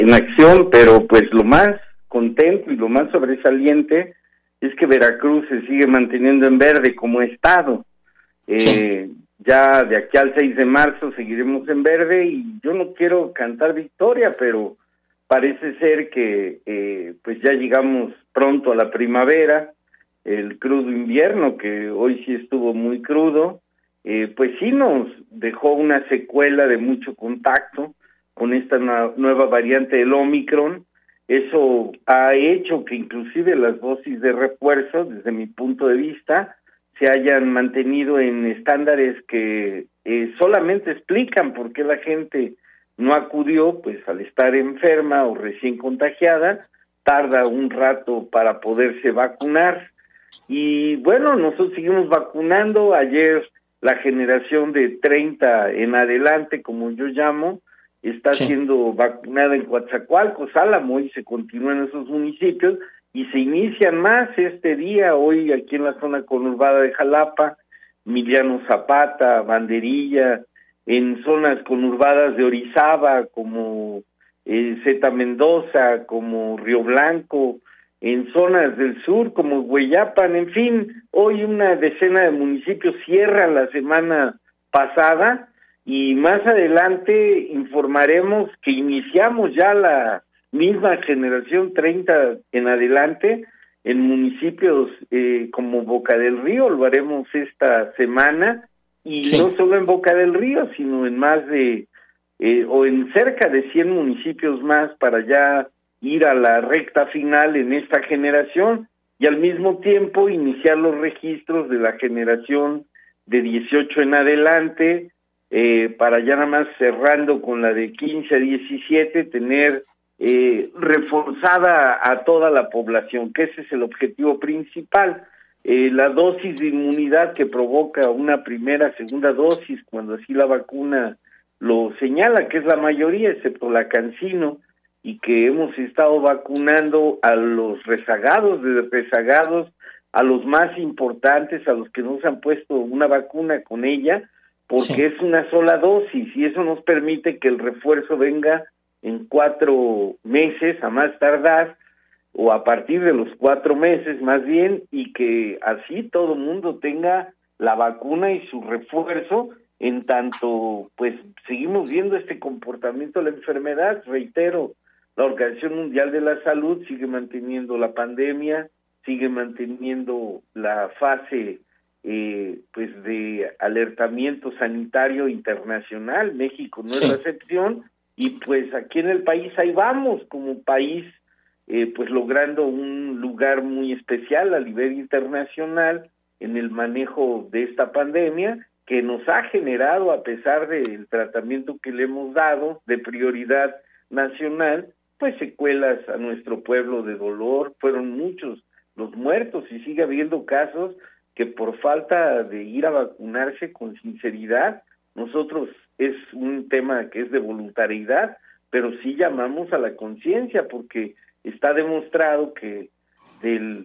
en acción, pero pues lo más contento y lo más sobresaliente es que Veracruz se sigue manteniendo en verde como estado. Ya de aquí al 6 de marzo seguiremos en verde y yo no quiero cantar victoria, pero parece ser que pues ya llegamos pronto a la primavera, el crudo invierno, que hoy sí estuvo muy crudo, pues sí nos dejó una secuela de mucho contacto con esta nueva variante del Omicron. Eso ha hecho que inclusive las dosis de refuerzo, desde mi punto de vista, se hayan mantenido en estándares que solamente explican por qué la gente no acudió, pues al estar enferma o recién contagiada, tarda un rato para poderse vacunar. Y bueno, nosotros seguimos vacunando. Ayer la generación de 30 en adelante, como yo llamo, está siendo vacunada en Coatzacoalcos, Álamo, y se continúa en esos municipios, y se inician más este día, hoy aquí en la zona conurbada de Jalapa, Emiliano Zapata, Banderilla, en zonas conurbadas de Orizaba, como Zeta Mendoza, como Río Blanco, en zonas del sur como Hueyapan, en fin, hoy una decena de municipios cierran la semana pasada, y más adelante informaremos que iniciamos ya la misma generación 30 en adelante en municipios como Boca del Río. Lo haremos esta semana, y no solo en Boca del Río, sino en más de o en cerca de 100 municipios más, para ya ir a la recta final en esta generación, y al mismo tiempo iniciar los registros de la generación de 18 en adelante, para ya nada más cerrando con la de 15 a 17, tener reforzada a toda la población, que ese es el objetivo principal. La dosis de inmunidad que provoca una primera, segunda dosis, cuando así la vacuna lo señala, que es la mayoría, excepto la CanSino, y que hemos estado vacunando a los rezagados, a los más importantes, a los que no se han puesto una vacuna con ella, porque es una sola dosis, y eso nos permite que el refuerzo venga en 4 meses a más tardar, o a partir de los 4 meses más bien, y que así todo mundo tenga la vacuna y su refuerzo, en tanto pues seguimos viendo este comportamiento de la enfermedad. Reitero, la Organización Mundial de la Salud sigue manteniendo la pandemia, sigue manteniendo la fase pues de alertamiento sanitario internacional. México no es la excepción, y pues aquí en el país ahí vamos como país, pues logrando un lugar muy especial a nivel internacional en el manejo de esta pandemia, que nos ha generado, a pesar del tratamiento que le hemos dado de prioridad nacional, pues secuelas a nuestro pueblo de dolor. Fueron muchos los muertos, y sigue habiendo casos que por falta de ir a vacunarse con sinceridad, nosotros es un tema que es de voluntariedad, pero sí llamamos a la conciencia, porque está demostrado que del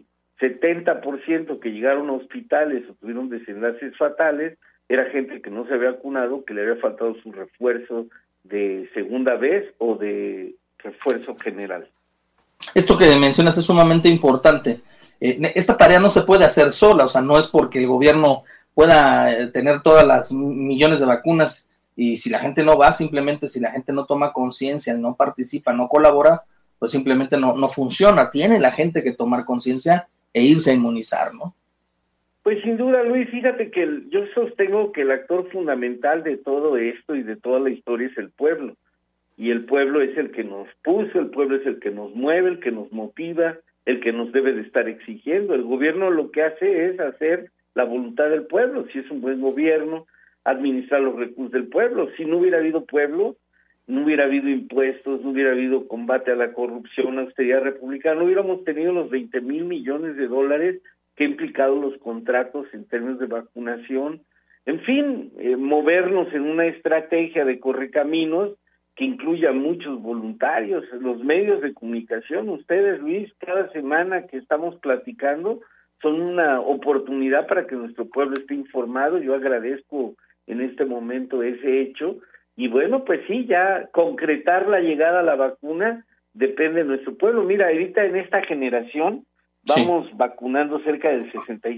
70% que llegaron a hospitales o tuvieron desenlaces fatales, era gente que no se había vacunado, que le había faltado su refuerzo de segunda vez o de refuerzo general. Esto que mencionas es sumamente importante. Esta tarea no se puede hacer sola, o sea, no es porque el gobierno pueda tener todas las millones de vacunas, y si la gente no va, simplemente si la gente no toma conciencia, no participa, no colabora, pues simplemente no funciona. Tiene la gente que tomar conciencia e irse a inmunizar, ¿no? Pues sin duda, Luis, fíjate que yo sostengo que el actor fundamental de todo esto y de toda la historia es el pueblo, y el pueblo es el que nos puso, el pueblo es el que nos mueve, el que nos motiva, el que nos debe de estar exigiendo. El gobierno lo que hace es hacer la voluntad del pueblo. Si es un buen gobierno, administrar los recursos del pueblo. Si no hubiera habido pueblo, no hubiera habido impuestos, no hubiera habido combate a la corrupción, austeridad republicana, no hubiéramos tenido los 20,000 millones de dólares que ha implicado los contratos en términos de vacunación. En fin, movernos en una estrategia de correcaminos que incluya muchos voluntarios, los medios de comunicación. Ustedes, Luis, cada semana que estamos platicando son una oportunidad para que nuestro pueblo esté informado. Yo agradezco en este momento ese hecho, y bueno, pues sí, ya concretar la llegada a la vacuna depende de nuestro pueblo. Mira, ahorita en esta generación vamos vacunando cerca del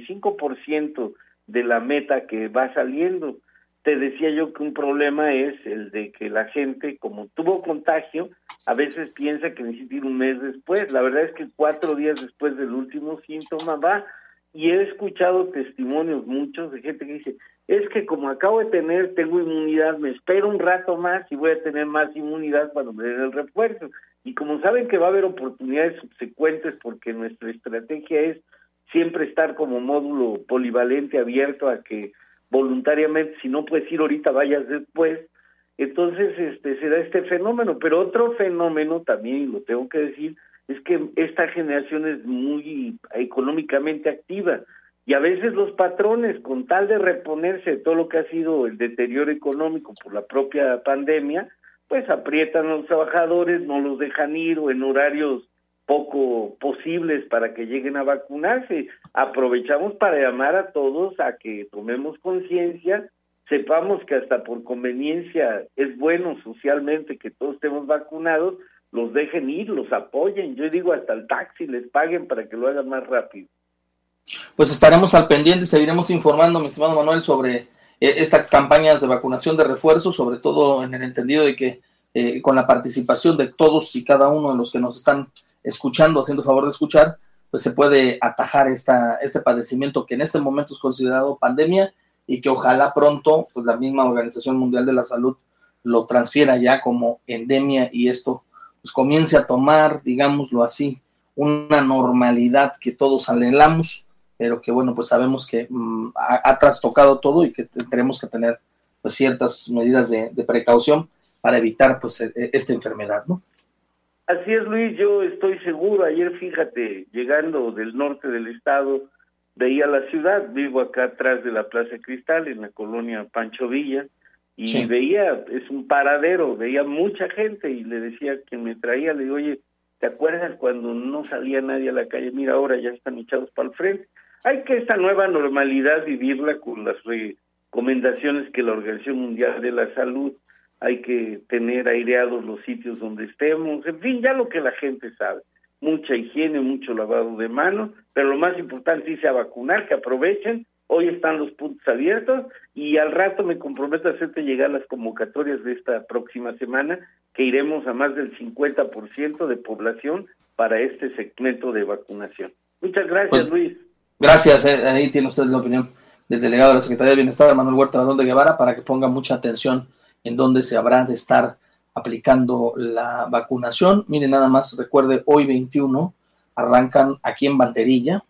65% de la meta que va saliendo. Te decía yo que un problema es el de que la gente, como tuvo contagio, a veces piensa que necesita ir un mes después. La verdad es que 4 días después del último síntoma va, y he escuchado testimonios muchos de gente que dice, es que como acabo de tengo inmunidad, me espero un rato más y voy a tener más inmunidad cuando me den el refuerzo. Y como saben que va a haber oportunidades subsecuentes, porque nuestra estrategia es siempre estar como módulo polivalente abierto a que voluntariamente, si no puedes ir ahorita, vayas después, entonces se da este fenómeno. Pero otro fenómeno también, y lo tengo que decir, es que esta generación es muy económicamente activa, y a veces los patrones, con tal de reponerse de todo lo que ha sido el deterioro económico por la propia pandemia, pues aprietan a los trabajadores, no los dejan ir, o en horarios poco posibles para que lleguen a vacunarse. Aprovechamos para llamar a todos a que tomemos conciencia, sepamos que hasta por conveniencia es bueno socialmente que todos estemos vacunados, los dejen ir, los apoyen, yo digo hasta el taxi les paguen para que lo hagan más rápido. Pues estaremos al pendiente, seguiremos informando, mi estimado Manuel, sobre estas campañas de vacunación de refuerzo, sobre todo en el entendido de que con la participación de todos y cada uno de los que nos están escuchando, haciendo favor de escuchar, pues se puede atajar este padecimiento que en este momento es considerado pandemia, y que ojalá pronto pues la misma Organización Mundial de la Salud lo transfiera ya como endemia, y esto pues comience a tomar, digámoslo así, una normalidad que todos anhelamos, pero que bueno, pues sabemos que ha trastocado todo, y que tenemos que tener pues ciertas medidas de precaución para evitar pues esta enfermedad, ¿no? Así es, Luis, yo estoy seguro. Ayer, fíjate, llegando del norte del estado, veía la ciudad, vivo acá atrás de la Plaza Cristal, en la colonia Pancho Villa, y veía, es un paradero, veía mucha gente, y le decía a quien me traía, le digo, oye, ¿te acuerdas cuando no salía nadie a la calle? Mira, ahora ya están echados para el frente. Hay que esta nueva normalidad vivirla con las recomendaciones que la Organización Mundial de la Salud, hay que tener aireados los sitios donde estemos, en fin, ya lo que la gente sabe, mucha higiene, mucho lavado de manos, pero lo más importante es a vacunar, que aprovechen. Hoy están los puntos abiertos, y al rato me comprometo a hacerte llegar las convocatorias de esta próxima semana, que iremos a más del 50% de población para este segmento de vacunación. Muchas gracias, pues, Luis. Gracias, ahí tiene usted la opinión del delegado de la Secretaría de Bienestar, Manuel Huerta Ladrón de Guevara, para que ponga mucha atención en dónde se habrá de estar aplicando la vacunación. Miren, nada más, recuerde, hoy 21 arrancan aquí en Banderilla,